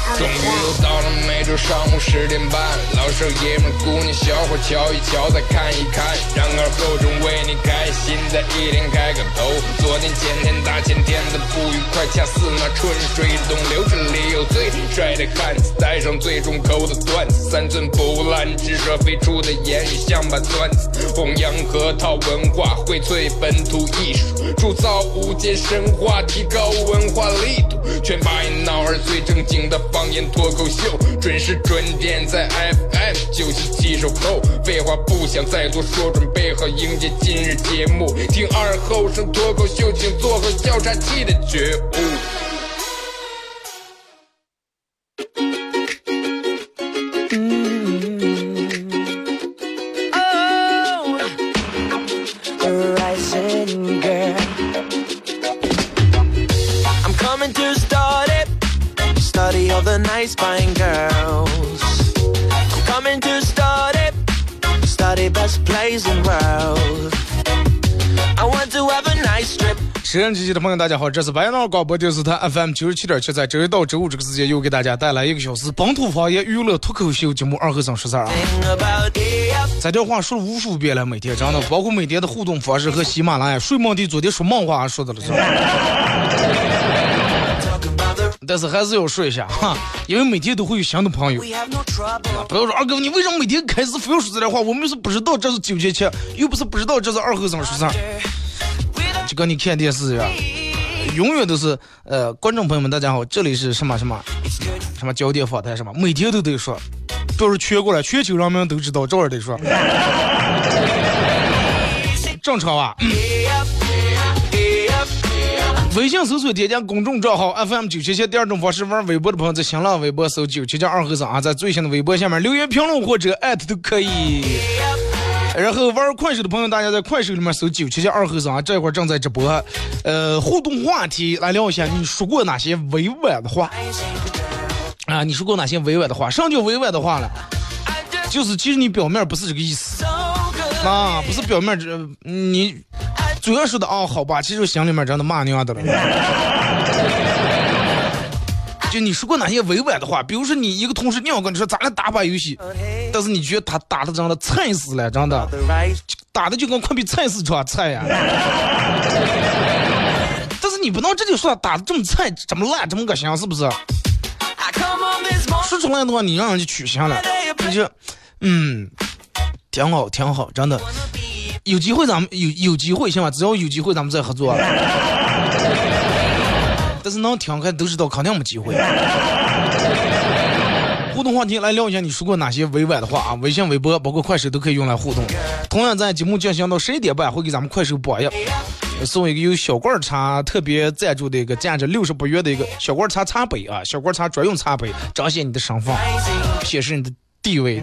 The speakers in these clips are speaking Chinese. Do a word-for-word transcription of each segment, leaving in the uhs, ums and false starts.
终于又到了每周上午十点半，老少爷们姑娘小伙瞧一瞧再看一看，然而后中为你开心的一天开个头。昨天前天大前天的不愉快，恰似那春水东流，这里有最帅的汉子带上最重口的段子，三寸不烂之舌飞出的言语像把钻子，弘扬河套文化，荟萃本土艺术，铸造无间神话，提高文化力度，全把一闹儿最正经的方言脱口秀，准时准点在 F M 九十七首后。废话不想再多说，准备好迎接今日节目，听二后生脱口秀，请做好调查器的觉悟。 Nice fine girls, I'm coming to study, study best place in world. I want to have a nice trip. 时人机器的朋友大家好，这是白闹广播电视台 F M 九十七点七，在周一到周五这个时间又给大家带来一个小时本土方言娱乐脱口秀节目二和尚十三啊。这条话说了无数遍了，每天真的，包括每天的互动方式和喜马拉雅睡梦的昨天说梦话说的了是吧？但是还是要说一下哈，因为每天都会有新的朋友，啊、不要说二哥你为什么每天开始非要说这点话？我们是不知道这是九千七，又不是不知道这是二和尚十三，就跟你看电视呀，永远都是呃，观众朋友们大家好，这里是什么什么什么焦点访谈什么，每天都得说，就是全过来全球人民都知道，这儿得说，正常啊。微信搜索添加公众账号 F M 九七七，第二种方式玩微博的朋友在新浪微博搜九七七二和尚啊，在最新的微博下面留言评论或者艾特都可以。然后玩快手的朋友，大家在快手里面搜九七七二和尚啊，这会儿正在直播，呃，互动话题来聊一下，你说过哪些委婉的话啊？你说过哪些委婉的话？什么叫委婉的话了？就是其实你表面不是这个意思啊，不是表面这你。主要说的哦，好吧，其实心里面真的骂娘的了。就你说过哪些委婉的话，比如说你一个同事你要跟你说咱俩打把游戏，但是你觉得他打的真的菜死了，真的打的就跟快比菜市场菜呀。但是你不能这就说他打的这么菜，这么烂，这么恶心，是不是？说出来的话，你让人家取消了，你就嗯，挺好，挺好，真的。有机会咱们有有机会行吧，只要有机会咱们再合作。但是能听开都知道肯定没机会。互动话题来聊一下，你说过哪些委婉的话啊？微信、微博包括快手都可以用来互动。同样在节目进行到十一点半，会给咱们快手榜一送一个由小罐茶特别赞助的一个价值六十八元的一个小罐茶茶杯啊，小罐茶专用茶杯，彰显你的身份，显示你的地位。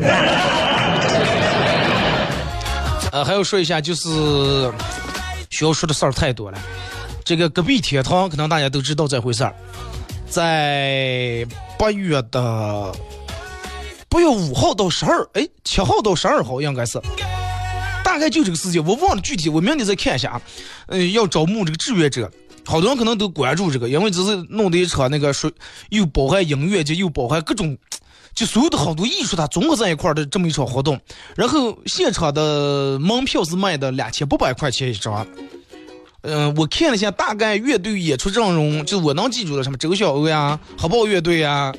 呃，还要说一下，就是需要说的事儿太多了。这个隔壁铁堂可能大家都知道这回事儿，在八月的八月五号到十二，哎，七号到十二号应该是，大概就这个时间，我忘了具体，我明天再看一下。嗯、呃，要招募这个志愿者，好多人可能都关注这个，因为只是弄的一场那个说又包含音乐节，又包含各种。就所有的好多艺术它综合在一块的这么一场活动，然后现场的门票是卖的两千八百块钱一张。嗯、呃，我看了一下，大概乐队演出阵容，就是我能记住的什么周小欧呀、好不好乐队呀，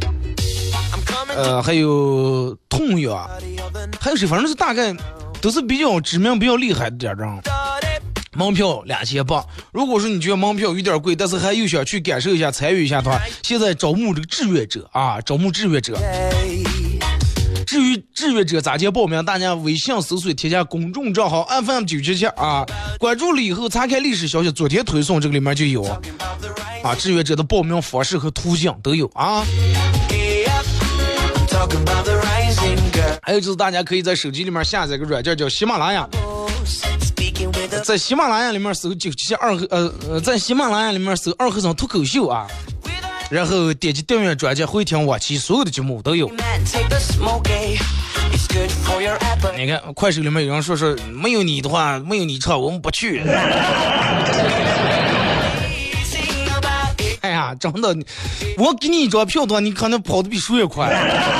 呃，还有痛呀，还有谁，反正是大概都是比较知名、比较厉害的点儿。门票两千八，如果说你觉得门票有点贵，但是还又想去感受一下、参与一下的话，现在招募这个志愿者啊，招募志愿者。至于志愿者咋接报名，大家微信搜索添加公众账号 F M 九七七啊，关注了以后查看历史消息，昨天推送这个里面就有啊，志愿者的报名方式和途径都有啊。还有就是大家可以在手机里面下载个软件叫喜马拉雅。在喜马拉雅里面搜九七七二和呃呃，在喜马拉雅里面搜二和尚脱口秀啊，然后点击订阅专辑，回听往期所有的节目都有。你看快手里面有人说说没有你的话，没有你唱我们不去。哎呀， 啊，真的，我给你一张票的话，你可能跑得比树也快。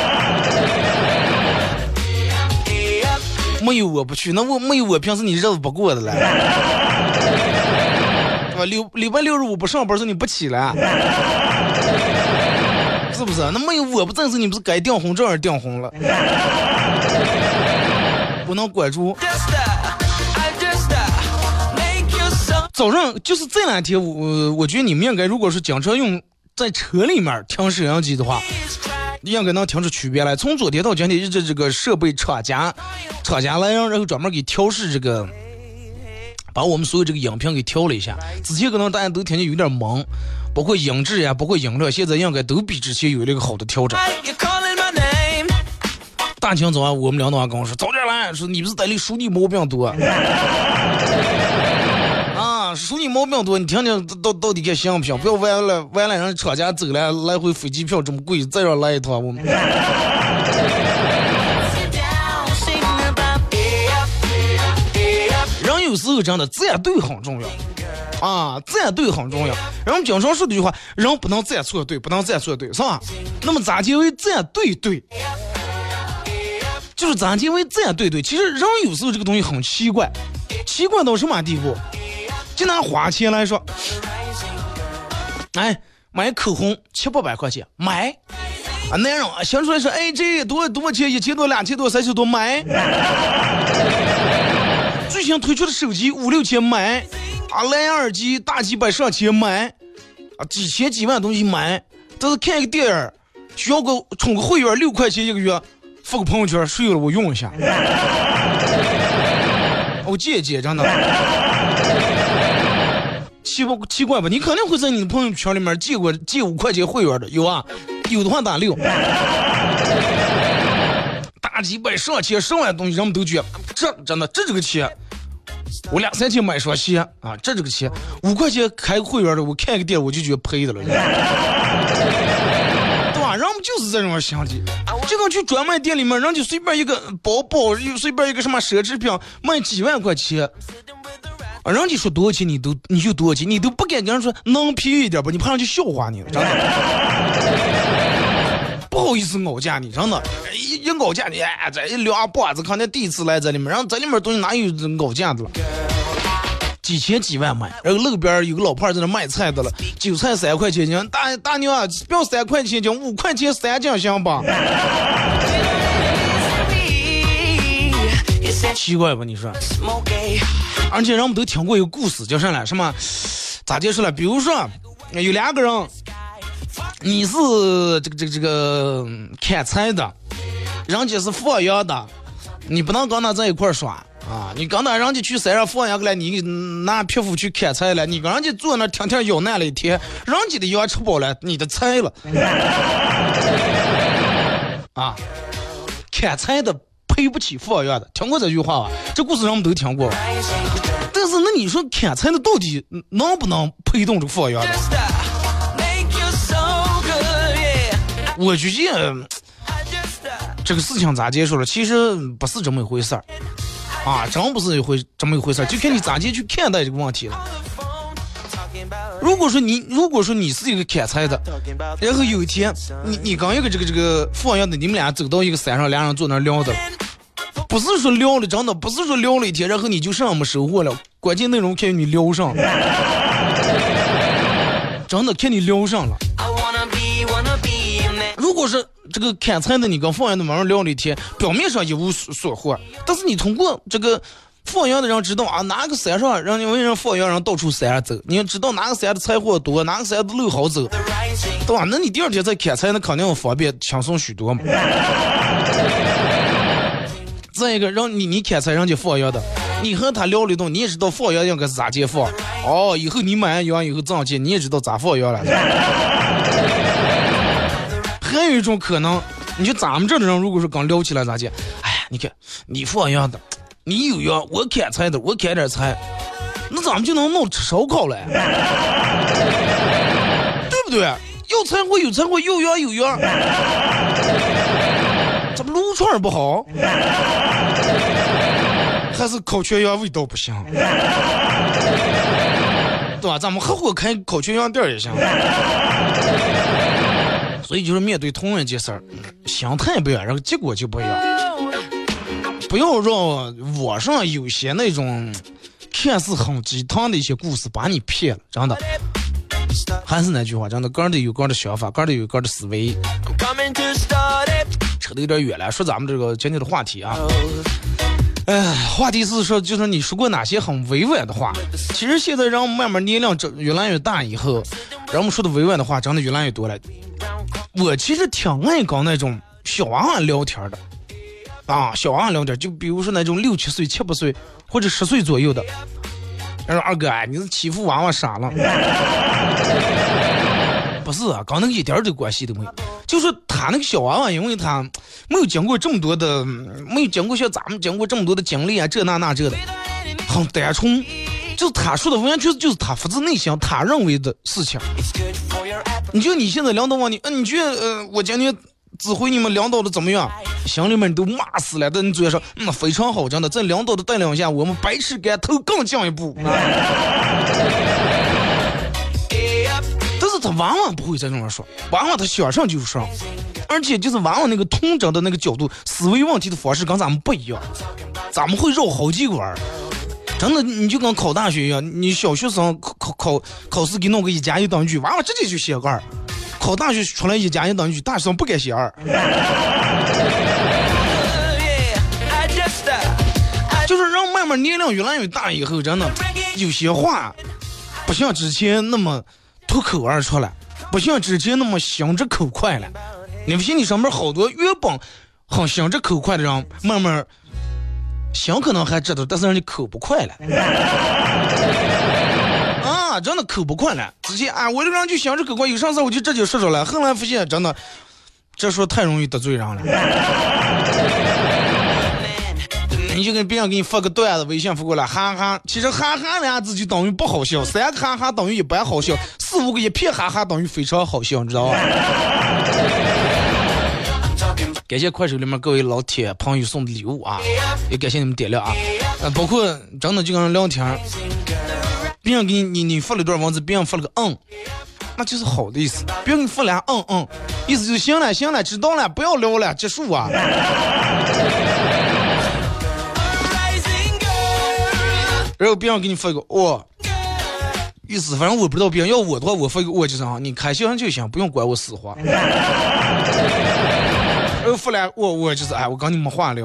没有我不去，那我没有我平时你日子不过的了。啊，六礼拜六日我不上班，是你不起来，是不是？那没有我不正是你不是该订红照样订红了？不能关注。早上就是这两天，我我觉得你们应该，如果是经常用在车里面听摄像机的话，应该能听出区别来。从昨天到今天，一直这个设备厂家厂家来，然后专门给调试这个，把我们所有这个音频给调了一下。之前可能大家都听见有点懵，包括音质呀，包括音量，现在应该都比之前有了一个好的调整。大清早啊，我们领导跟我说早点来，说你不是在里数你毛病多。说你毛病多，你听听到到底该行不行？不要完了完了让厂家走了，来回飞机票这么贵，再让来一趟我们。人有时候真的站队很重要啊，站队很重要。人们经常说这句话，人不能站错队，不能站错队，是吧？那么咋结为站队队？就是咋结为站队队？其实人有时候这个东西很奇怪，奇怪到什么地步？就拿花钱来说，哎，买口红七八百块钱买啊，男人啊想出来说，哎，这多多少钱？一千多、两千多、三千多买。最新推出的手机五六千买啊，蓝牙耳机大几百上千买啊，几千几万东西买。但是看一个电影需要个充个会员六块钱一个月，发个朋友圈睡了我用一下。我姐姐真的。奇不奇怪吧？你肯定会在你的朋友圈里面借过借五块钱会员的，有啊，有的话打六，大几百上千上万东西，人们都觉得这真的这这个钱，我两三千买双鞋啊，这这个钱五块钱开个会员的，我看个店我就觉得赔的了，对吧？人们就是这种想的，这个去专卖店里面，人家随便一个包包，随便一个什么奢侈品卖几万块钱。啊，人家说多少钱你都你就多少钱，你都不敢跟人说能便宜一点吧，你怕人就笑话你了，真的。不好意思熬价你，真的，一一熬价你，哎，这一两把子，可能第一次来这里面，然后这里面东西哪有熬价的了？几千几万买，然后路边有个老胖在那卖菜的了，韭菜三块钱斤，大大娘啊，不要三块钱斤，五块钱三斤行吧？奇怪吧你说？而且人们都听过一个故事，叫啥来？什么？咋解释了？比如说有两个人，你是这个这个这个砍柴的，人家是放羊的，你不能跟他在一块耍啊！你跟他人家去山上放羊来，你拿匹夫去砍柴了，你跟人家坐那天天咬难了一天，人家的羊吃饱了，你的菜了啊！砍柴的赔不起放羊的，听过这句话吧？这故事人们都听过。但是那你说砍柴的到底能不能推动这个放羊的？我觉得这个事情咋结束了，其实不是这么一回事儿啊，真不是一回这么一回事儿，就看你咋去看待这个问题了。如果说你如果说你是一个砍柴的，然后有一天你你刚一个这个这个放羊的，你们俩走到一个山上，俩人坐那聊的，不是说聊了，真的不是说聊了一天，然后你就上没收获了，关键内容看你聊上了，真的看你聊上了。如果是这个砍柴的你跟放羊的晚上聊了一天，表面上一无所获，但是你通过这个放羊的人知道啊，哪个山上让为人放羊人到处山上走，你知道哪个山的柴火多，哪个山的路好走，对吧？那你第二天再砍柴，那肯定方便轻松许多嘛。再一个，让你你砍柴人家放羊的，你和他聊了一顿，你也知道放羊应该是咋接放。哦，以后你买完羊以后挣钱，你也知道咋放羊了。还有一种可能，你就咱们这的人，如果是刚聊起来咋接？哎呀，你看你放羊的。你有羊，我砍柴的，我砍点柴，那咱们就能弄吃烧烤了，对不对？有柴火有柴火，有羊有羊，这不撸串不好，还是烤全羊味道不行，对吧？咱们合伙开烤全羊店也行。 所以就是面对同样一件事儿，心态不一样，然后结果就不一样。不要让网上有些那种看似很鸡汤的一些故事把你骗了，真的。还是那句话，真的，个人得有个人的想法，个人得有个人的思维。扯得有点远了，说咱们这个今天的话题啊。哎，话题是说，就是你说过哪些很委婉的话。其实现在人慢慢年龄越来越大以后，人们说的委婉的话真的越来越多了。我其实挺爱搞那种小娃娃聊天的啊，小娃娃聊天，就比如说那种六七岁、七八岁或者十岁左右的。他说：“二哥，你是欺负娃娃傻了？”不是啊，跟那个一点的关系都没有。就是他那个小娃娃，因为他没有经过这么多的，没有经过像咱们经过这么多的经历啊，这那那这的，很单纯。就是他说的完全就是他发自内心他认为的事情。你觉得你现在领导问你，嗯、呃，你觉得呃，我今天指挥你们领导的怎么样？心里面都骂死了，但你嘴上说，嗯，非常好，真的，在领导的带领下，我们百尺竿头更进一步。但是他往往不会再这么说，往往他想上就是上，而且就是往往那个通整的那个角度，思维问题的方式跟咱们不一样，咱们会绕好几弯。真的，你就跟考大学一样，你小学生考考考考试给弄个一加一等于，娃娃直接就写个二。考大学出来一加一等于，大学生不该写二。就是让慢慢年龄越来越大以后，真的有些话不像之前那么脱口而出来，不像之前那么心直口快了。你不信，你上面好多原本很心直口快的人，慢慢心可能还知道，但是人家口不快了。啊，真的口不快了。之前啊，我这个人就想着口快，有上次我就这就说出来，后来发现真的，这说太容易得罪人了。你就跟别人给你发个段子，微信发过来，哈哈，其实哈哈俩字就等于不好笑，三个哈哈等于一般好笑，四五个一片哈哈等于非常好笑，你知道吧？感谢快手里面各位老铁朋友送的礼物啊，也感谢你们点亮啊，呃，包括真的就跟人聊天，别人给你你你发了一段文字，别人发了个嗯，那就是好的意思。别人给你发俩嗯嗯，意思就是行了行了，知道了，不要聊了，结束啊。然后别人给你发一个哦，意思反正我不知道，别人要我的话，我发一个哦就是啊，你开心就行，不用管我死活。然后发来我我就是哎，我跟你们话聊。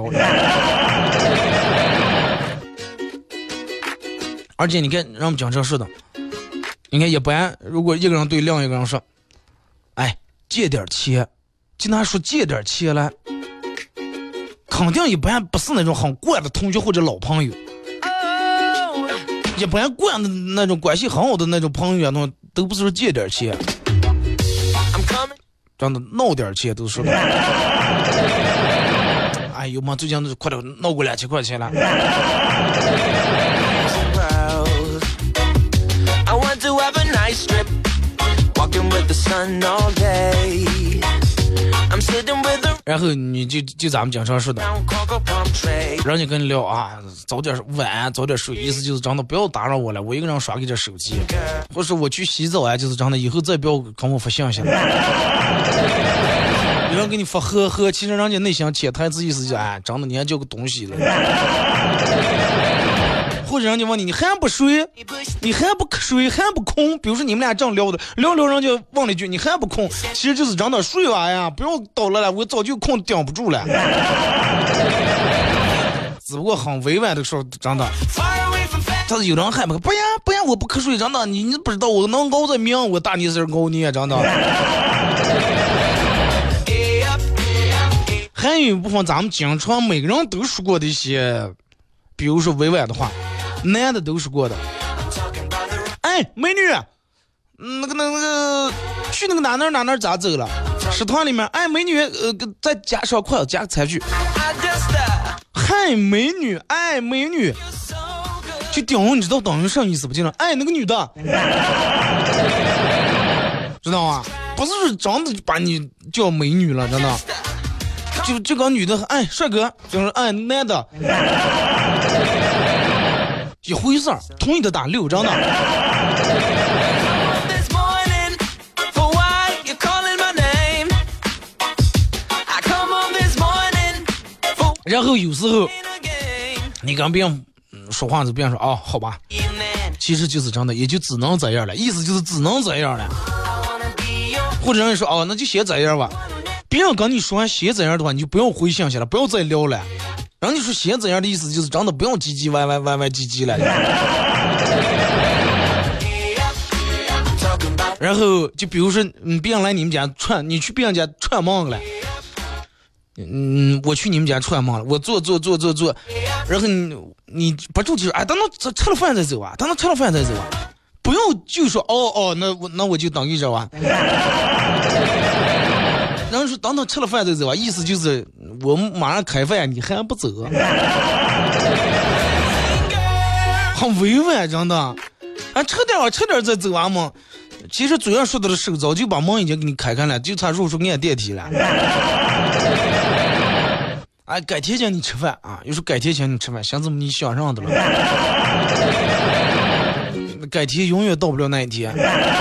而且你看，让我们讲这事的，你看一般如果一个人对另一个人说，哎，借点钱，就拿说借点钱来，肯定一般不是那种很惯的同学或者老朋友。一般惯的那种关系很好的那种朋友啊，都不是说借点钱，真的闹点钱都说的。哎呦妈，最近快点闹过两千块钱了。然后你就就咱们经常说的，人家跟你聊啊，早点晚早点睡，意思就是真的不要打扰我了，我一个人刷给这手机，或者我去洗澡啊，就是真的以后再不要跟我发信息了。有人给你发呵呵，其实人家内心潜台词意思就哎，真的你还叫个东西了。或者人家问你，你还不睡？你还不睡？还不空？比如说你们俩正聊的，聊聊人家问了一句，你还不空？其实就是真的睡吧呀，不要倒了了，我早就空顶不住了。只不过很委婉的说，真的。但是有人害怕，不呀不呀，我不瞌睡，真的，你你不知道我能熬在命，我大你是熬你，真的。还有一部分咱们经常每个人都说过的一些，比如说委婉的话，男的都说过的。哎，美女，那个那个去那个哪哪哪哪咋走了？食堂里面，哎，美女，呃，再加上筷子，加个餐具。嗨，美女，哎，美女，就顶，你知道等于什么意思不？就是哎，那个女的，知道吗？不是真的把你叫美女了，真的。就这个女的，哎，帅哥，就是哎，男的，一回事儿，同意的打六张的。 然后有时候你跟别人说话，就别人说哦，好吧，其实就是真的，也就只能这样了，意思就是只能这样了。或者人说哦，那就先这样吧。别人跟你说完先这样的话，你就不要回想起来，不要再聊了。然后你说先这样的意思就是真的不用唧唧歪歪歪歪唧唧了。然后就比如说，嗯，别人来你们家串，你去别人家串门了。嗯，我去你们家串门了，我坐坐坐坐坐，然后你你不住就说，哎，等到吃了饭再走啊，等到吃了饭再走啊，不用就说哦哦，那我那我就等一着啊。然后说等到吃了饭再走啊，意思就是我们马上开饭，你还不走，很委婉，真的。啊，吃点啊，吃点再走啊嘛。其实嘴上说的是手，早就把门已经给你开开了，就差入出按电梯了。哎，改天请你吃饭啊！又说改天请你吃饭，想怎么你想上的了？改天永远到不了那一天。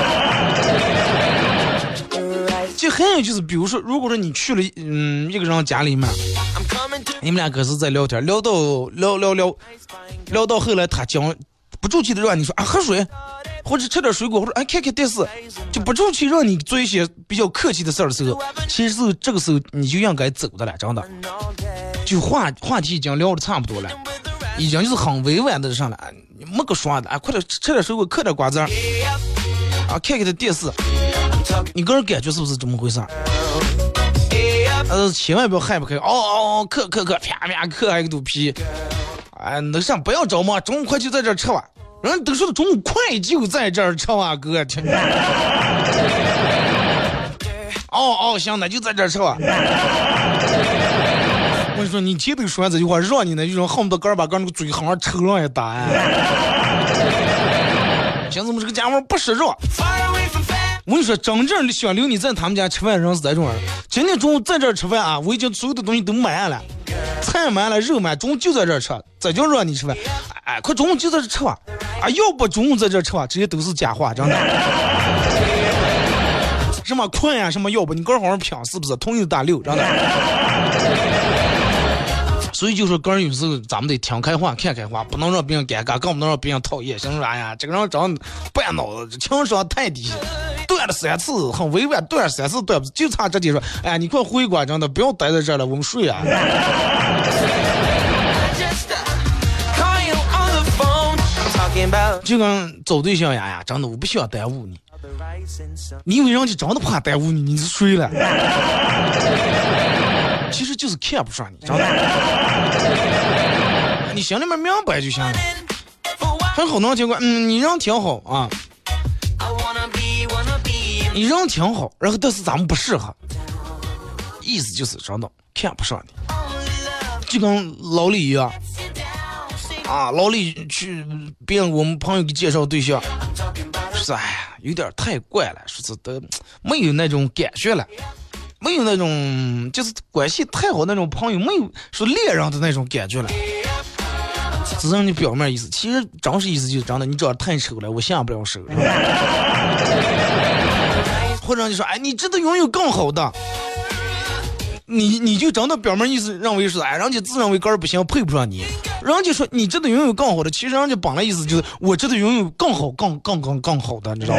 这还有就是，比如说，如果说你去了，嗯，一个人家里面，你们俩可是在聊天，聊到聊聊聊，聊到后来他讲不住气的让你说啊喝水，或者吃点水果，或者哎看看电视，就不住气让你做一些比较客气的事儿的时候，其实这个时候你就应该走的了，真的。就话话题已经聊的差不多了，已经就是很委婉的上来，没个说的啊，快点吃点水果，嗑点瓜子儿，啊，看看的电视，你个人感觉是不是这么回事？呃，千万不要害不开，哦哦哦，嗑嗑嗑，啪啪嗑还一个肚皮，哎，那上不要着嘛，中午快就在这儿吃吧，人都说的中午快就在这儿吃啊，哥，听。哦哦，行，那就在这儿吃吧。我跟你说，你记得说这句话，让你那种恨不得哥把哥那个嘴好像抽上一打哎。像咱们这个家伙不识肉。我跟你说，真正想留你在他们家吃饭人是这种人。今天中午在这儿吃饭啊，我已经所有的东西都买了，菜买了，肉买，中午就在这儿吃，这就让你吃饭。哎，快中午就在这儿吃吧。啊，要不中午在这儿吃吧，这些都是假话，真的。什么困呀、啊，什么要不你哥好像拼是不是？同意打六，真的。所以就说个人有时候咱们得听开话，看开话，不能让别人尴尬，更不能让别人讨厌。行啥呀？这个人长半脑子，情商太低，断了三次，很委婉，断了三次断不，就差直接说，哎呀，你快回过，真的不要待在这儿了，我们睡啊。就跟找对象呀呀，真的我不需要耽误你，你以为人家真的怕耽误你，你是睡了。其实就是看不上你，真的。你心里面明白就行了。很好多情况，嗯，你人挺好啊，你人挺好，然后但是咱们不适合，意思就是真的看不上你。就跟老李一样啊，老李去别人我们朋友给介绍对象，说哎呀有点太怪了，说是的没有那种感觉了。没有那种就是关系太好那种朋友，没有说恋人的那种感觉了，只是你表面意思，其实真实意思就是长得你长得太丑了，我下不了手。或者你说哎，你值得拥有更好的，你你就真的表面意思认为是哎，人家自认为个儿不行，配不上你。人家说你值得拥有更好的，其实人家本来意思就是我值得拥有更好、更更更更好的，你知道吗？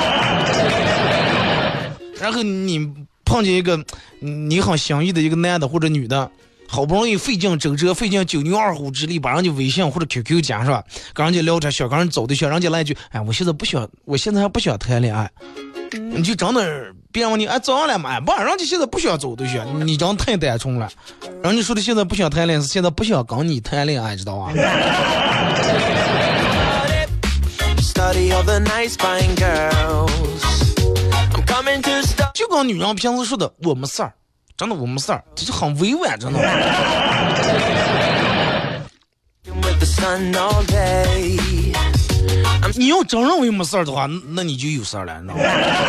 然后你碰见一个你很相依的一个男的或者女的，好不容易费尽周折费尽九牛二虎之力把人家微信或者 Q Q 加上，跟人家聊天，想跟人走对象，人家来一句哎，我现在不想我现在还不想谈恋爱，你就真的别人问你哎早上来嘛，不，人家现在不想走对象，你真太单纯了。人家说的现在不想谈恋爱是现在不想跟你谈恋爱，知道吗？就跟女人平时说的我们事儿，真的我们事儿，这就很委婉，真的。你要真认为没事儿的话，那你就有事儿了，你知道吗？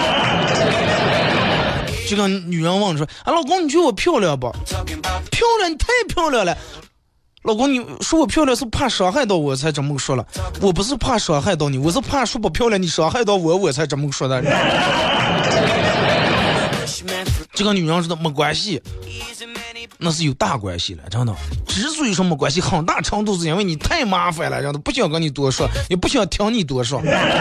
就跟女人问说：“啊，老公，你觉得我漂亮不？漂亮，你太漂亮了。”老公，你说我漂亮是怕伤害到我才这么说了，我不是怕伤害到你，我是怕说不漂亮你伤害到我，我才这么说的。这个女人说的没关系， 那是有大关系了，真的。之所以说没关系，很大程度是因为你太麻烦了，真的不想跟你多说，也不想听你多说。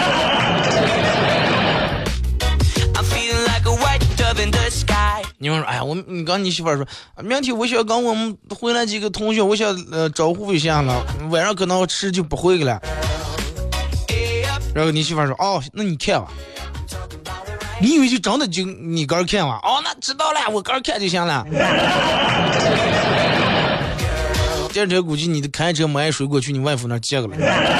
你们说，哎呀，我你刚你媳妇儿说，明天我想跟我们回来几个同学，我想呃招呼一下了，晚上可能吃就不回了。然后你媳妇儿说，哦，那你看吧。你以为就真的就你哥看了？哦，那知道了，我哥看就行了。第二天估计你的开车买水果去你外父那接个了。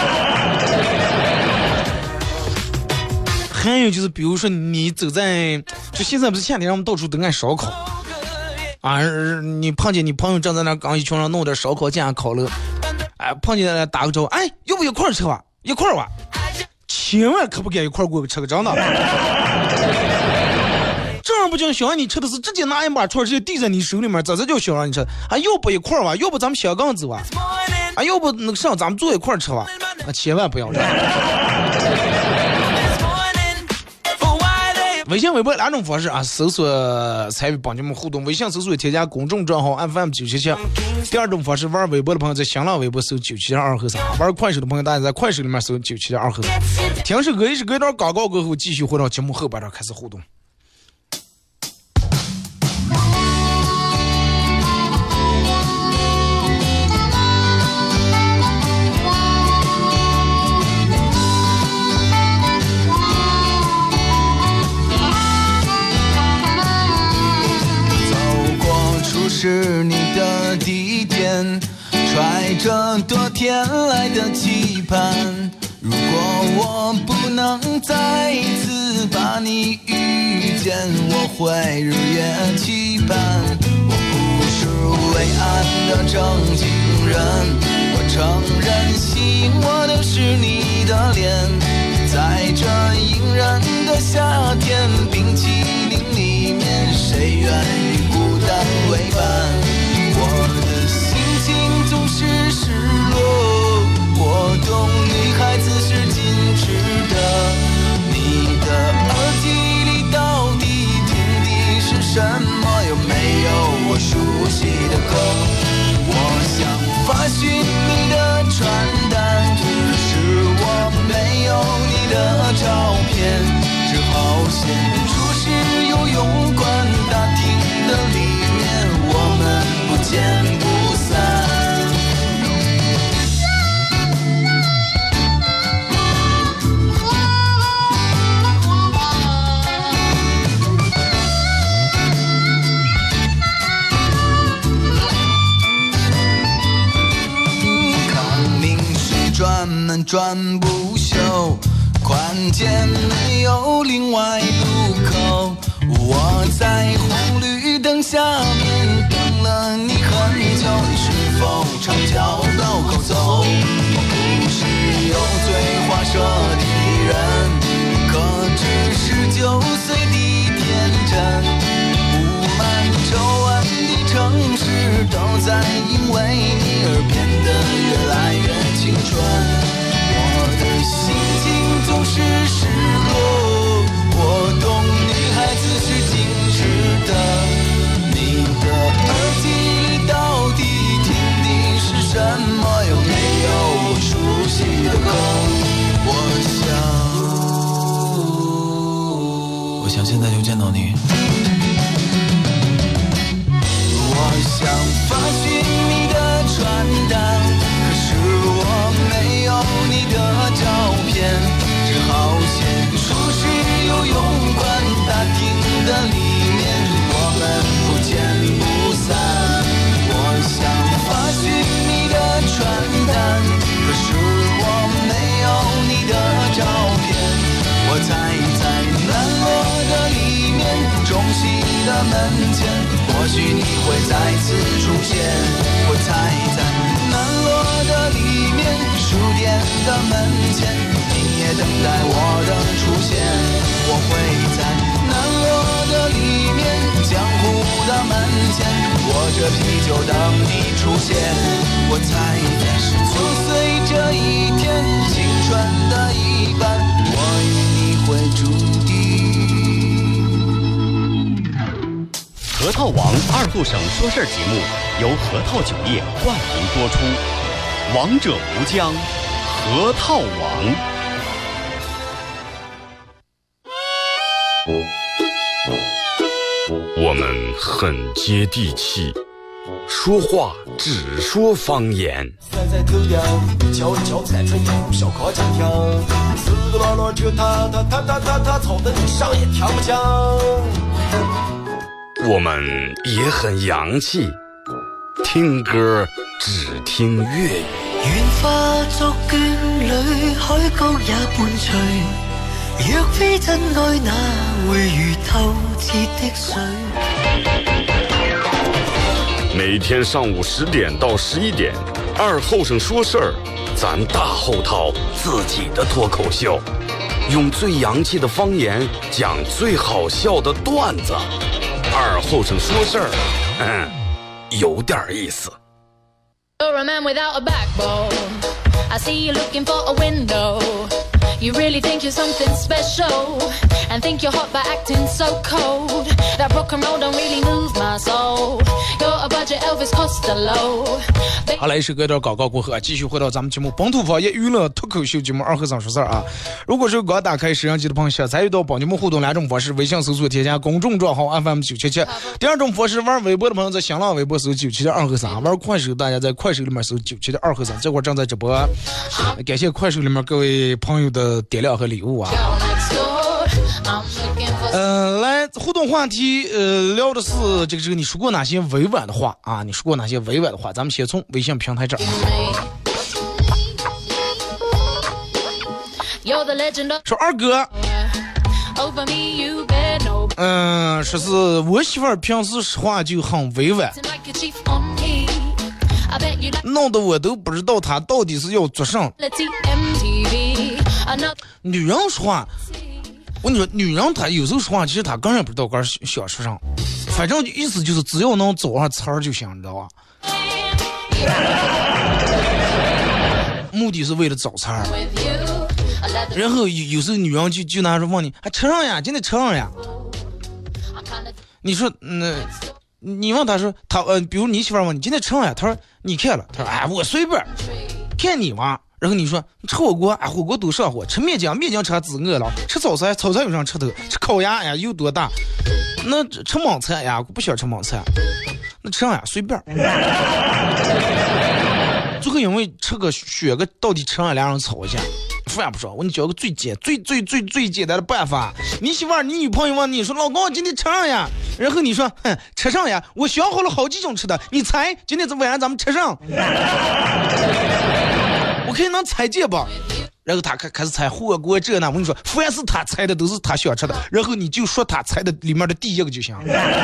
还有就是，比如说你走在，就现在不是夏天，让我们到处都爱烧烤啊！你碰见你朋友正在那刚一群人弄点烧烤架烤肉，哎，碰见了打个招呼，哎，要不一块儿吃吧？一块儿吧，千万可不敢一块儿过吃个真的。这样不就想让你吃的是直接拿一把串直接递在你手里面，这这就想让你吃啊！要不一块儿吧？要不咱们小杠子吧？啊，要不那个上咱们坐一块儿吃吧？啊，千万不要这样。微信、微博两种方式啊，搜索参与帮你们互动。微信搜索添加公众账号 F M 九七七。第二种方式，玩微博的朋友在新浪微博搜九七二和三，玩快手的朋友大家在快手里面搜九七二和三。听首歌，一首歌一段广告过后，继续回到节目后半段开始互动。 是你的第一天，揣着多天来的期盼。如果我不能再一次把你遇见，我会日夜期盼。我不是伟岸的正经人，我承认吸引我的是你的脸。在这隐忍的夏天，冰淇淋里面，谁愿意孤单为伴？我的心情总是失落，我懂女孩子是矜持的。你的耳机里到底听的是什么？有没有我熟悉的歌？我想发讯你的传单，可是我没有你的照片，只好先出示游泳馆大厅的里面，我们不见不散。康宁是专门专不休，关键没有另外路口。我在红绿灯下面等了你很久，你是否常交到口走？我不是油嘴滑舌的人，可只是九岁的天真。布满皱纹的城市都在因为你而变得越来越青春。我的心情总是失落，我懂女孩子是矜持的。你的耳机里到底听的是什么？有没有我熟悉的歌？我想，我想现在就见到你。我想发讯你的传单，可是我没有你的照片，只好先出示游泳馆大厅的里面，我们不见不散。我想发讯你的传单，可是我没有你的照片，我猜在南锣的里面，中西的门前，或许你会再次出现。我猜在南锣的里面，书店的门前，你也等待我的出现。我会在南锣的里面，江湖的门前，握着啤酒等你出现。我猜在十九岁这一天，青春的一半，我与你会注定。 和核桃王二后省说事儿节目由核桃酒业冠名播出，王者无疆，核桃王。 我们很接地气，说话只说方言。 三三头条，敲一敲三春油，小烤酱条，四个老老车他他他他他他吵得你上也听不清。 我们也很洋气，听歌只听粤语。 願化作眷侶，海角也伴隨。若非真愛，哪會如透徹的水？ 每天上午十點到十一點，二後生說事兒，咱大後套自己的脫口秀，用最洋氣的方言講最好笑的段子。二後生說事兒，嗯，有點意思。 You're a man without a backbone. I see you looking for a window. You really think you're something special and think you're hot by acting so cold. That rock and roll don't really move my soul. You're a budget Elvis Costello. 好了，一首歌到广告过后啊，继续回到咱们节目本土方言娱乐脱口秀节目二和尚说事儿啊。如果是刚打开摄像机的朋友，想参与到帮你们互动两种方式：微信搜索添加公众账号 F M 九七七；第二种方式，玩微博的朋友在新浪微博搜九七七二和尚；玩快手大家在快手里面搜九七七二和尚。这会儿正在直播，感谢快手里面各位朋友的点亮和礼物啊。呃，来互动话题，呃，聊的是这个这个，你说过哪些委婉的话啊？你说过哪些委婉的话？咱们先从微信平台这儿。说二哥，嗯、呃，说是我媳妇儿平时说话就很委婉，弄得我都不知道她到底是要做啥。女人说话。我跟你说，女人她有时候说话，其实她个人也不知道该想说啥，反正意思就是只要能走上词儿就行，你知道吧？目的是为了找词儿。然后有有时候女人就就拿着问你，还吃上呀？今天吃上呀？你说，嗯，你问她说，她呃，比如你媳妇问你今天吃上呀？她说你看了，她说哎，我随便，看你嘛。然后你说吃火锅，哎，火锅多上火；吃面筋，面筋吃子饿了；吃早餐，早餐有上吃头；吃烤鸭呀，有多大？那吃蒙菜呀，不想吃蒙菜。那吃上呀，随便。最后因为吃个选个到底吃上两人吵一架，饭也不说，我给你教个最简最最最最简单的办法。你媳妇儿，你女朋友问你说老公今天吃上呀？然后你说哼，吃上呀，我想好了好几种吃的，你猜今天晚上咱们吃上？我可以能猜见吧，然后他开开始猜火锅这那，我跟你说，凡是他猜的都是他想吃的，然后你就说他猜的里面的第一个就行。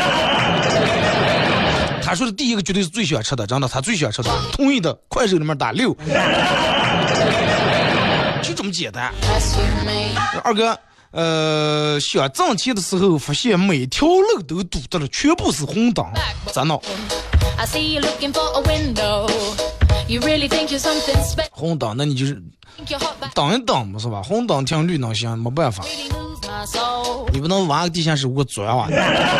他说的第一个绝对是最想吃的，真的，他最想吃的，同意的，快手里面打六，就这么简单。二哥，呃，想挣钱的时候发现每条路都堵得了，全部是红灯，咋弄？红灯，那你就是等一等嘛，是吧？红灯停绿灯行，没办法。你不能挖个地下室给我钻啊！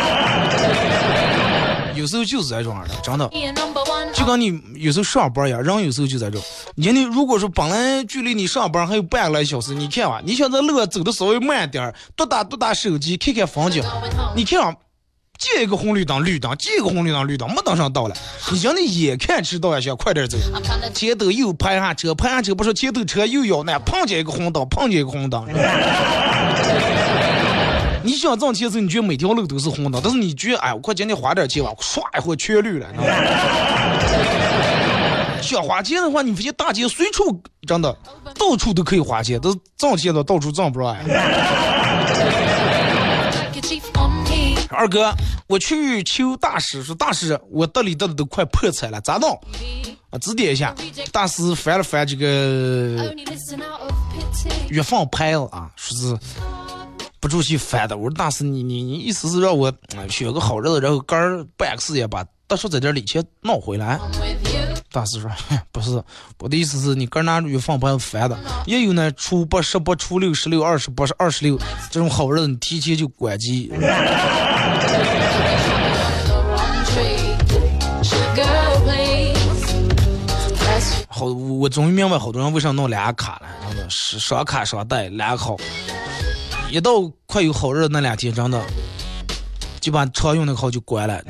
有时候就是这种的，真的。就跟你有时候上班呀，人有时候就在这种。你你如果说本来距离你上班还有半个来小时，你看啊，你想在路走的稍微慢点，多打多打手机，看看风景，你看啊。借一个红绿灯绿灯，借一个红绿灯绿灯，没等上到了，你讲你眼看迟到呀，想快点走，前头又拍下车，拍下车不说前头车又要那碰见一个红灯，碰见一个红灯。你想挣钱的时候，你觉得每条路都是红灯，但是你觉得哎，我快今天花点钱吧，唰一会全绿了。想花钱的话，你发现大街随处真的到处都可以花钱，但是挣钱的到处挣不着呀。二哥，我去求大师，说大师，我得里得的都快破产了，咋弄？啊，指点一下。大师翻了翻这个月放牌了啊，说是不住去翻的。我说大师，你你你意思是让我选个好日子，然后干儿办个事业，把大叔在这里钱闹回来？大师说不是，我的意思是你哥拿月放牌翻的，也有呢初八、十八、初六、十六、二十八、二十六这种好日子，你提前就关机。 好，我终于明白好多人为啥弄俩卡了，真的是双卡双待俩好，一到快有好日子那两天，真的就把常用那个号就关了。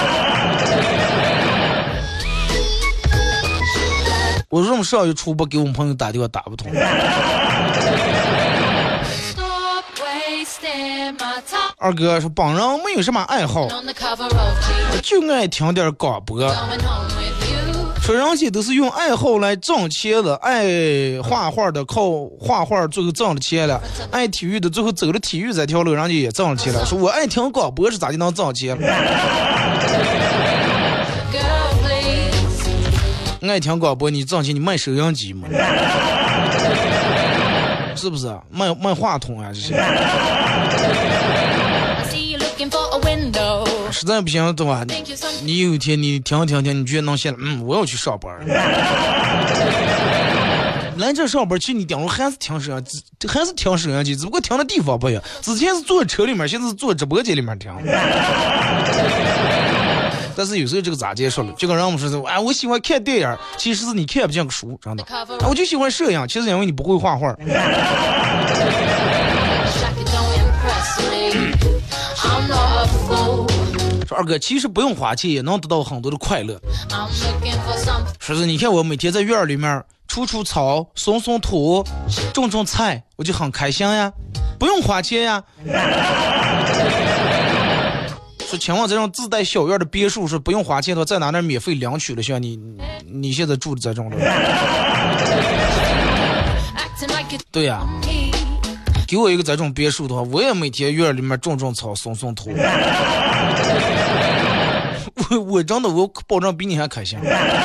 我这么上一出不给我们朋友打电话打不通。二哥说帮人没有什么爱好，就爱听点广播。说人家都是用爱好来挣钱的，爱画画的靠画画最后挣了钱了，爱体育的最后走了体育这条路，人家也挣了钱了。说我爱听广播是咋就能挣钱了？爱听广播你挣钱，你卖收音机嘛？是不是卖卖话筒啊？这些实在不行的话，你有一天你听听听，你觉得能行了，嗯，我要去上班。来这上班，其实你顶多还是听收音机，还是听收音机，只不过听的地方不一样。之前是坐车里面，现在是坐直播间里面听。但是有时候这个咋接受了？这个人我们说，哎，我喜欢看电影，其实是你看不见个书，真的。啊，我就喜欢摄影，其实因为你不会画画。说二哥，其实不用花钱也能得到很多的快乐。说是你看我每天在院里面除除草、松松土、种种菜，我就很开心呀，不用花钱呀。说前往这种自带小院的别墅是不用花钱的，在哪那免费领取了，像你你现在住的这种的。对呀、啊，给我一个这种别墅的话，我也每天院里面种种草、松松土。我我真的我保证比你还开心。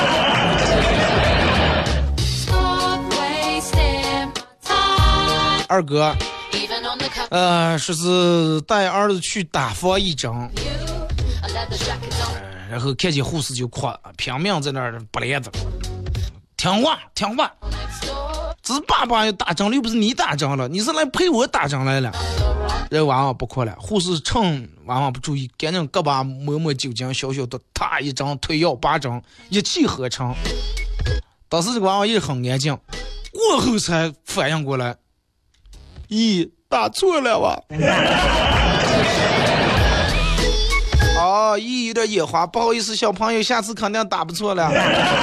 二哥。呃，说是带儿子去打防疫针，呃，然后看见护士就哭，拼命在那儿不来的，听话听话，这是爸爸要打针了，又不是你打针了，你是来陪我打针来了。人娃娃不哭了，护士趁娃娃不注意，赶紧胳膊抹抹酒精，小小的他一针推药八针，一气呵成。当时这个娃娃也很安静，过后才反应过来，咦。打错了吧？哦，一有点眼花，不好意思，小朋友，下次肯定打不错了。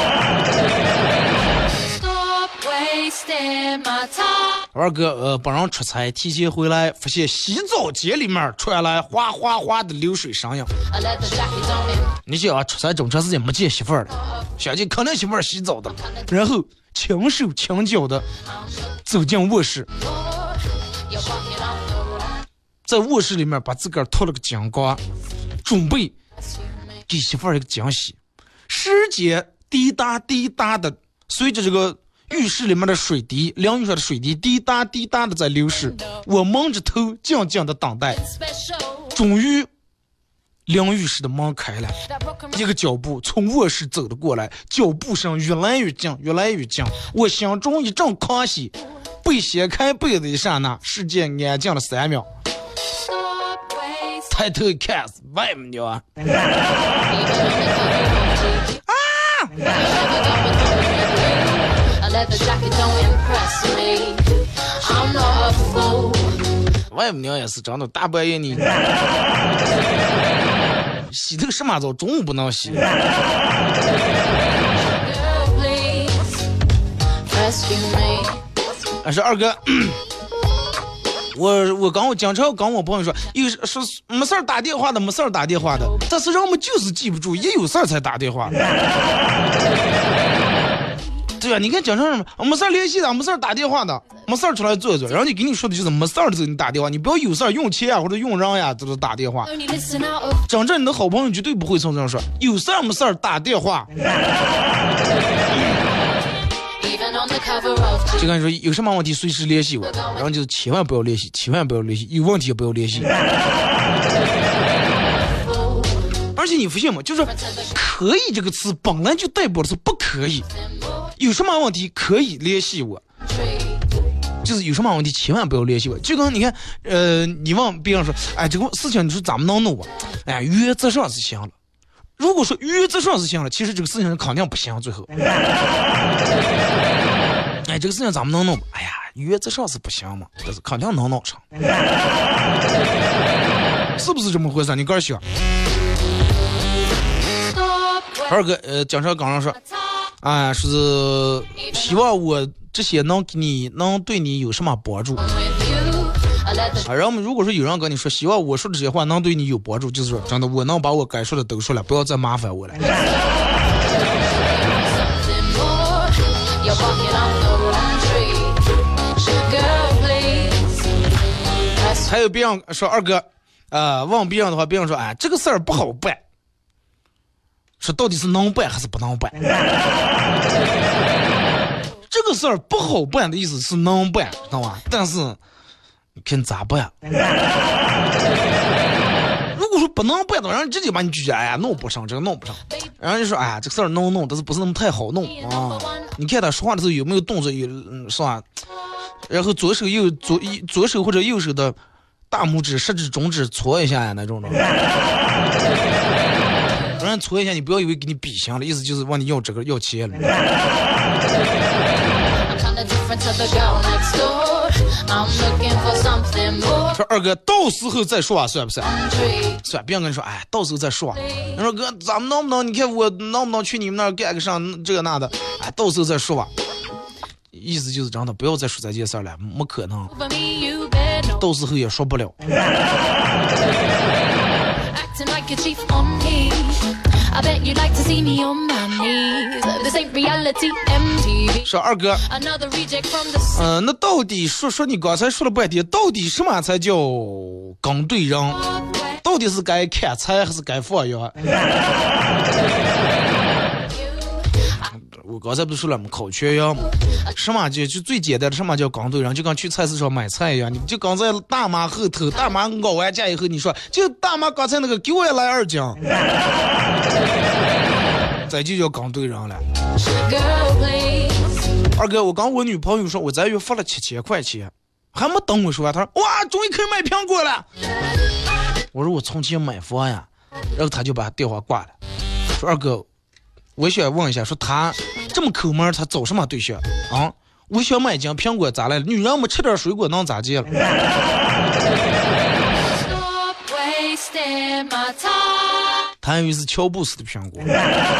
二哥，呃，帮人出差，提前回来，发现洗澡间里面传来哗哗哗的流水声音。你想啊，出差这么长时间没见媳妇儿了，想见肯定媳妇儿洗澡的，然后轻手轻脚的走进卧室。在卧室里面把自个儿脱了个精光，准备给媳妇儿一个惊喜。时间滴答滴答的随着这个浴室里面的水滴，淋浴上的水滴滴答滴答的在流逝。我蒙着头静静的等待，终于淋浴室的门开了，一个脚步从卧室走了过来，脚步声越来越近越来越近，我心中一阵狂喜。被掀开被子一刹那，世界安静了三秒。抬头一看，外面牛啊！啊！外面牛也是真的，大半夜你洗这个什么澡，中午不能洗。还是二哥，我我刚我经常跟我朋友说，有是没事儿打电话的，没事儿打电话的，但是人们就是记不住，一有事儿才打电话。对啊，你看经常什么没事儿联系的，没事儿打电话的，没事儿出来坐一坐，然后你给你说的就是没事儿的时候你打电话，你不要有事儿用钱啊或者用人呀，都是打电话。真正你的好朋友绝对不会从这样说，有事儿没事儿打电话。就跟你说有什么问题随时联系我，然后就是千万不要联系，千万不要联系，有问题也不要联系。而且你发现吗？就是可以这个词本来就代表的是不可以，有什么问题可以联系我，就是有什么问题千万不要联系我。就跟你看，呃，你问别人说，哎，这个事情你说咱们能弄啊？哎，原则上是行了。 如果说原则上是行了，其实这个事情肯定不行。最后，哎，这个事情咱们能弄？哎呀，原则上是不行嘛，但是肯定能弄上，是不是这么回事？你个人想。二哥，呃，讲上刚上说，啊，是希望我这些能给你，能对你有什么帮助？啊，然后如果说有人跟你说，希望我说的这些话能对你有帮助，就是说真的，我能把我该说的都说了，不要再麻烦我了。还有别人说二哥，呃，问别人的话，别人说，哎，这个事儿不好办。说到底是能办还是不能办？这个事儿不好办的意思是能办，知道吧？但是你看咋办？如果说不能办的，让人直接把你拒绝，哎呀，弄不上，这个弄不上。然后就说，哎呀，这个事儿能弄，但是不是那么太好弄啊？你看他说话的时候有没有动作，有嗯是吧？然后左手右左左手或者右手的大拇指、食指、中指搓一下呀，那种的。让人搓一下，你不要以为给你比行了，意思就是问你要这个要钱了。说二哥，到时候再说啊，算不算？算，别人跟你说，哎，到时候再说啊。你说哥，咱们能不能？你看我能不能去你们那儿干个上这个那的？哎，到时候再说吧。意思就是真的，不要再说这件事了，没可能，到时候也说不了。说二哥，嗯、呃，那到底说说你刚才说了半天，到底什么才叫跟对人？到底是该看菜还是该放药？我刚才不是说了吗？烤全羊，什么就就最简单的，什么叫跟对人？就跟去菜市场买菜一样，你就刚才大妈后头，大妈熬完价以后，你说就大妈刚才那个给我也来二斤，这就叫跟对人了。二哥，我跟我女朋友说，我这月发了七千块钱，还没等我说完，她说哇，终于可以买苹果了。我说我从前买房呀，然后他就把电话挂了，说二哥。我想问一下，说他这么抠门，他找什么对象啊？我想买斤苹果咋来了？女人们吃点水果能咋接了？他以为是乔布斯的苹果。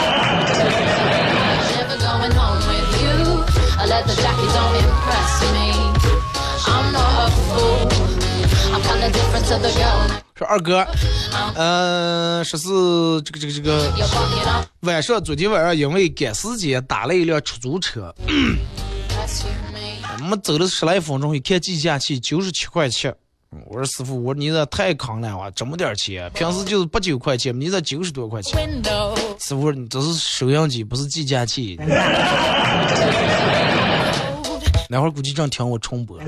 说二哥，呃，说是这个这个这个晚上，昨天晚上因为赶时间打了一辆出租车，我们走了十来分钟，一看计价器九十七块钱。我说师傅，我说你这太坑了啊，这么点钱，平时就是八九块钱，你这九十多块钱。师傅，你这是收音机，不是计价器。那会儿估计正听我重播。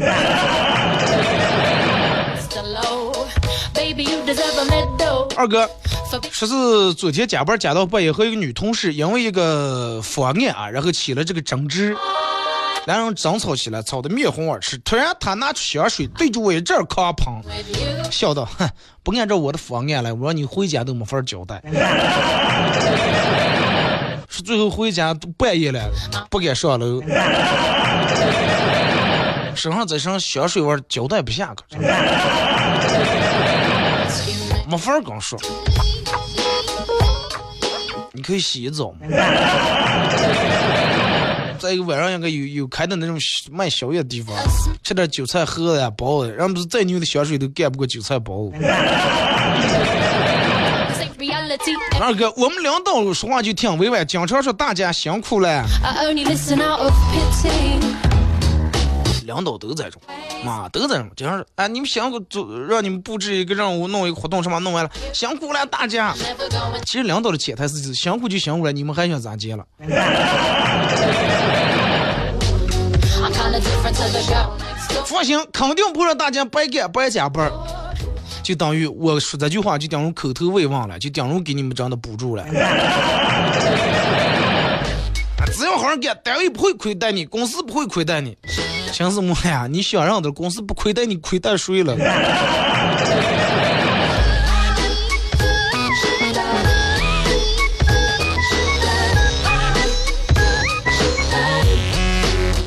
二哥，说是昨天加班加到半夜，和一个女同事因为一个方案啊，然后起了这个争执，两人争吵起来，吵得面红耳赤。突然他拿出香水对着我一阵狂喷，笑道：“哼，不按照我的方案来，我让你回家都没法交代。”是最后回家都半夜了，不敢上楼，身上再上香水味，交代不下可。没法跟说，你可以洗澡嘛。在一个晚上应该有有开的那种卖宵夜的地方，吃点韭菜盒子呀、包的，然后不是再牛的香水都干不过韭菜包。二哥，我们领导说话就挺委婉，经常说大家辛苦了。领导都在这嘛，都在这经常说，哎，你们辛苦，让你们布置一个任务，弄一个活动什么，弄完了，辛苦了大家。其实领导的潜台词就是辛苦就辛苦了，你们还想咋接了？放心，肯定不会让大家白干白加班，就等于我说这句话就等于口头慰问了，就等于给你们这样的补助了。只要好好干，单位不会亏待你，公司不会亏待你。行什么呀？你想让的公司不亏待你，亏待谁了？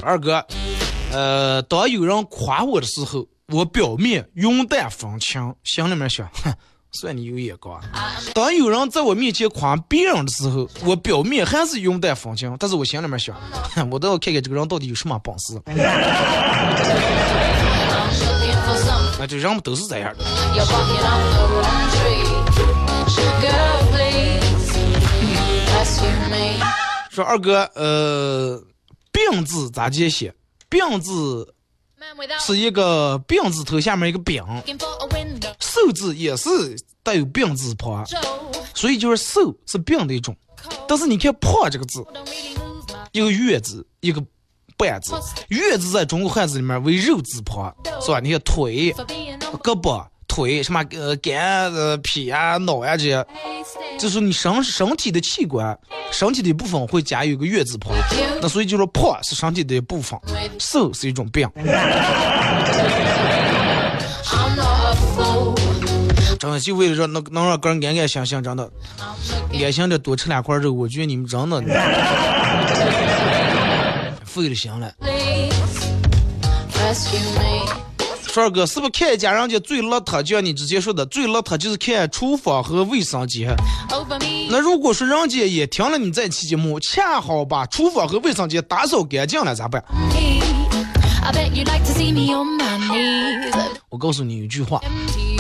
二哥，呃，当有人夸我的时候，我表面云淡风轻，心里面想，哼，算你有眼光。当有人在我面前夸别人的时候，我表面还是云淡风轻，但是我心里面想，哼，我都要看看这个人到底有什么本事。那这人们都是这样的。说二哥，呃，病字咋解写？病字是一个病字头下面一个丙，寿字也是带有病字旁，所以就是寿是病的一种。但是你看破这个字，一个月字，一个半字，月字在中国汉字里面为肉字旁，是吧？你看腿、胳膊、腿什么呃肝、呃脾啊、脑呀、啊、这些，就是你身身体的器官、身体的一部分会加有一个月字旁，那所以就说破是身体的一部分，寿是一种病。真的就为了让能能让个人安安心心，真的安心的多吃两块肉，我觉得你们真的费了心了。说二哥，是不是看一家人家最邋遢，就像你之前说的，最邋遢就是看厨房和卫生间。那如果说人家也听了你这期节目，恰好把厨房和卫生间打扫干净了，咋办？我告诉你一句话，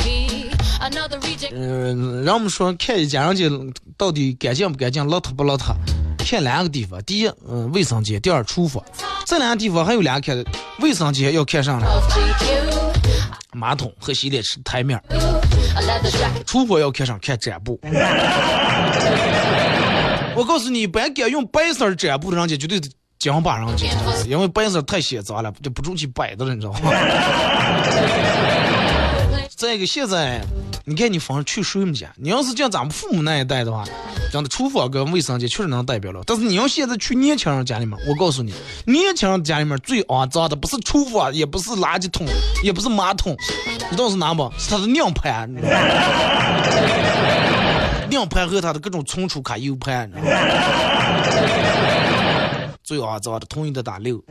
嗯、呃，让我们说看一家人家到底干净不干净，邋遢不邋遢，看两个地方。第一，嗯、呃，卫生间；第二，厨房。这两个地方还有俩看的，卫生间要看上了马桶和洗脸池台面，厨房要看上看展布。我告诉你，本该用白色展布的人家绝对讲把人家，因为白色太显脏了，就不住去摆的了，你知道吗？再一个，现在你看你房去谁们家，你要是像咱们父母那一代的话，这样的厨房跟卫生间确实能代表了。但是你要现在去年轻人家里面，我告诉你，年轻人家里面最肮脏的不是厨房，也不是垃圾桶，也不是马桶，你知道是哪吗？是他的尿盘，尿盘和他的各种存储卡 U 盘，最肮脏的，同意的打六。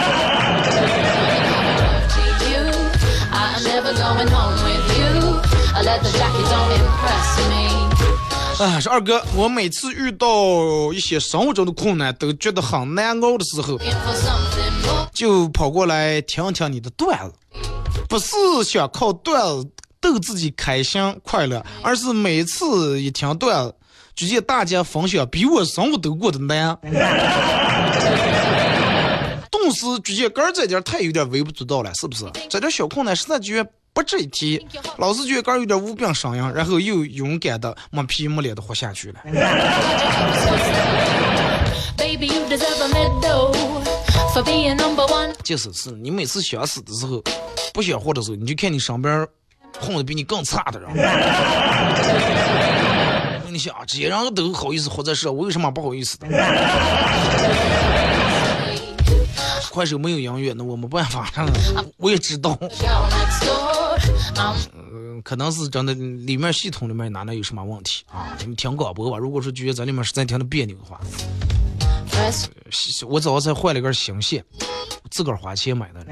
哎，是二哥，我每次遇到一些生活中的困难都觉得很难熬的时候，就跑过来听听你的段子，不是想靠段子逗自己开心快乐，而是每次一听段子就见大家分享比我生活都过得难，顿时就见个儿这点太有点微不足道了，是不是？这点小困难实在觉得不值一提，老是觉得个儿有点无病呻吟，然后又勇敢的没皮没脸的活下去了。就是是你每次想死的时候，不想活的时候，你就看你身边混的比你更差的人。你想这些人都好意思活在世，我有什么不好意思的？快手没有音乐，那我没办法，我也知道。嗯、呃，可能是真的里面系统里面哪能有什么问题啊？你们听广播吧，如果说觉得在里面实在听的别扭的话，呃、我早上才换了根新线，自个儿花钱买的。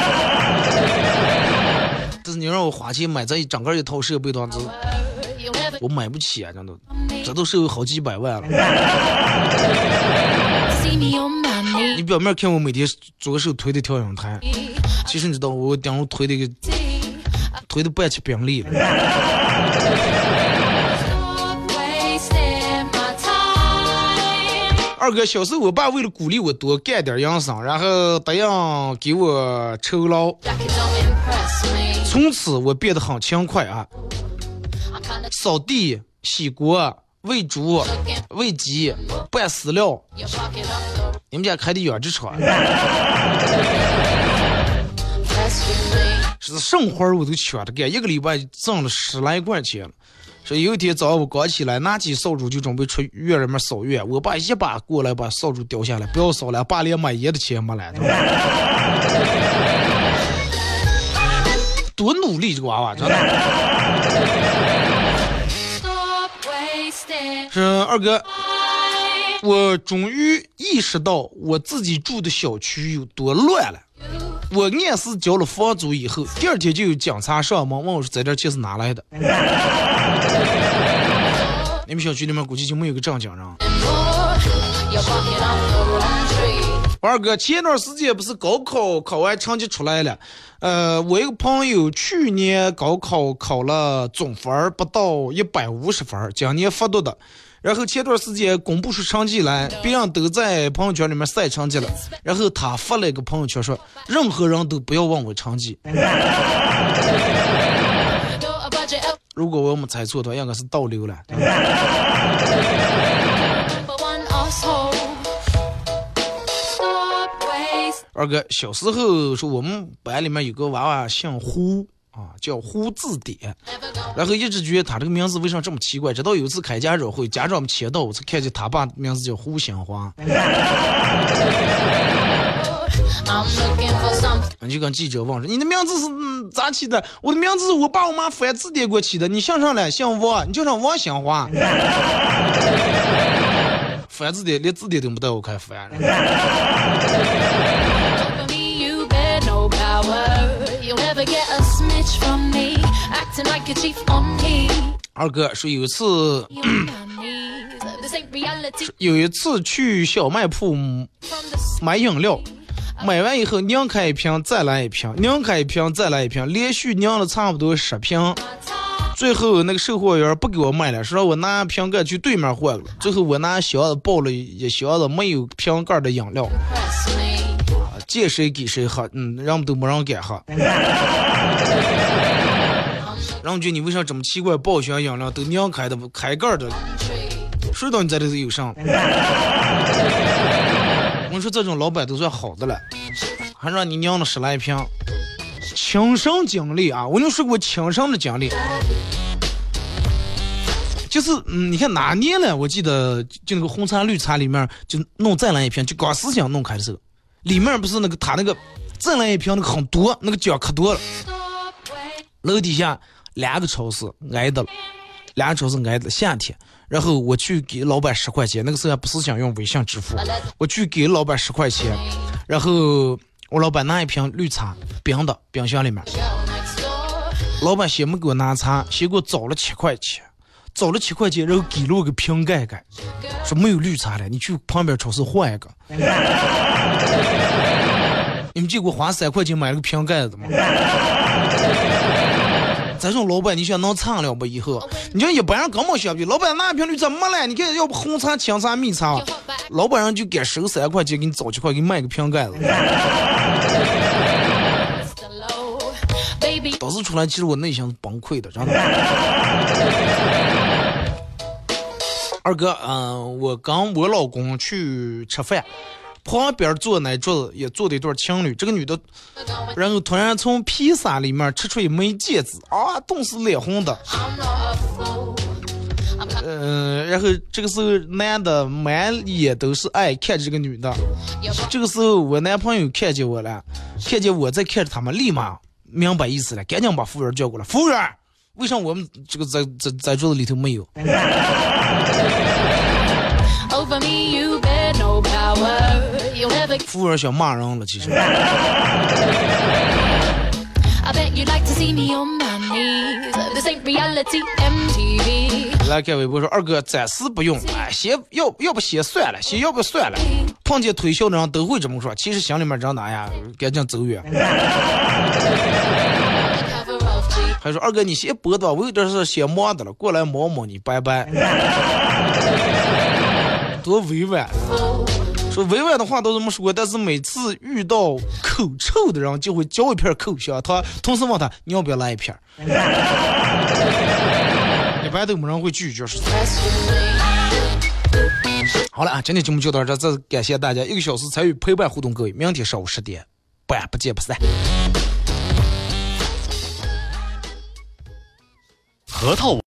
但是你让我花钱买这一整个一套设备的话，我买不起啊！真的，这都是有好几百万了。你表面看我每天左手推的跳泳台，其实你知道我顶上推的个推的半起饼粒了。二哥，小时候我爸为了鼓励我多干点营生，然后答应给我酬劳，从此我变得很勤快啊，扫地、洗锅、喂猪、喂鸡、拌饲料。你们家开的养殖场，是剩花我都抢着干，一个礼拜挣了十来块钱了。说有一天早上我刚起来，拿起扫帚就准备出院里面扫院，我爸一把过来把扫帚掉下来，不要扫了，爸连买烟的钱没来的。多努力这个娃娃，真的。是二哥， 我终于意识到我自己住的小区有多乱了。我按时交了房租以后，第二天就有警察上门问我说在这钱是哪来的。你们小区里面估计就没有个正经人。二哥，前段时间不是高考考完成绩出来了，呃，我一个朋友去年高考考了总分不到一百五十分，今年复读的。然后前段时间公布出成绩来，别人都在朋友圈里面晒成绩了，然后他发了一个朋友圈说，任何人都不要问我成绩。如果我没猜错的话，应该是倒流了。二哥，小时候说我们班里面有个娃娃姓胡啊，叫胡字典，然后一直觉得他这个名字为什么这么奇怪，直到有一次开家长会，家长们签到，我才看见他爸名字叫胡杏花。你就跟记者问说，你的名字是、嗯、咋起的？我的名字是我爸我妈翻字典给我起的，你姓上来姓王，你叫上王杏花。翻字典连字典都没带我开翻。二哥说有一次有一次去小卖铺买饮料，买完以后拧开一瓶再来一瓶，拧开一瓶再来一瓶，连续拧了差不多十瓶，最后那个售货员不给我卖了，说让我拿瓶盖去对面换了。最后我拿箱子抱了一箱子没有瓶盖的饮料，借谁给谁喝，嗯，人们都没人敢喝。然后觉得你为啥这么奇怪，抱箱饮料都拧开的开盖的，谁道你在这里有上？我说这种老板都算好的了，还让你拧了十来瓶，亲身经历啊！我跟你说过亲身的经历，就是嗯，你看哪年了？我记得就那个红茶绿茶里面就弄再来一瓶，就刚思想弄开的时候，里面不是那个他那个再来一瓶那个很多，那个奖可多了。楼底下两个超市挨的了，两个超市挨的夏天。然后我去给老板十块钱，那个时候还不是想用微信支付，我去给老板十块钱，然后我老板拿一瓶绿茶冰的冰箱里面，老板先没给我拿茶，先给我找了七块钱，找了七块钱，然后给了我个瓶盖盖，说没有绿茶了，你去旁边超市换一个。你们见过花三块钱买了个瓶盖子吗？咱这种老板你想能唱了不？以后你就一般人根本想不，老板那瓶绿茶没了，你看要不红茶青茶蜜茶，老板人就给收三块钱给你找七块给你卖个瓶盖子。导致出来其实我内心是崩溃的，真的。二哥嗯、呃，我跟我老公去吃饭，旁边坐那桌子也坐的一对情侣，这个女的然后突然从披萨里面吃出一枚戒指啊，冻死脸红的。嗯、呃，然后这个时候男的满眼都是爱看着这个女的，这个时候我男朋友看见我了，看见我在看着他们，立马明白意思了，赶紧把服务员叫过来。服务员，为什么我们这个在在在桌子里头没有？服务员想骂人了，其实。来看微博说，二哥暂时不用，哎，先要要不先算了，先要不算了。碰见推销的人都会这么说，其实心里面知道呀，赶紧走远。还说二哥你先播的吧，我有点是先忙的了，过来摸摸你，拜拜。多委婉，说委婉的话都这么说，但是每次遇到口臭的人就会嚼一片口香糖，同时问他你要不要来一片。一般都没人会拒绝。好了啊，今天节目就到这，再次感谢大家一个小时参与陪伴互动，各位，明天上午十点不不见不散。 核桃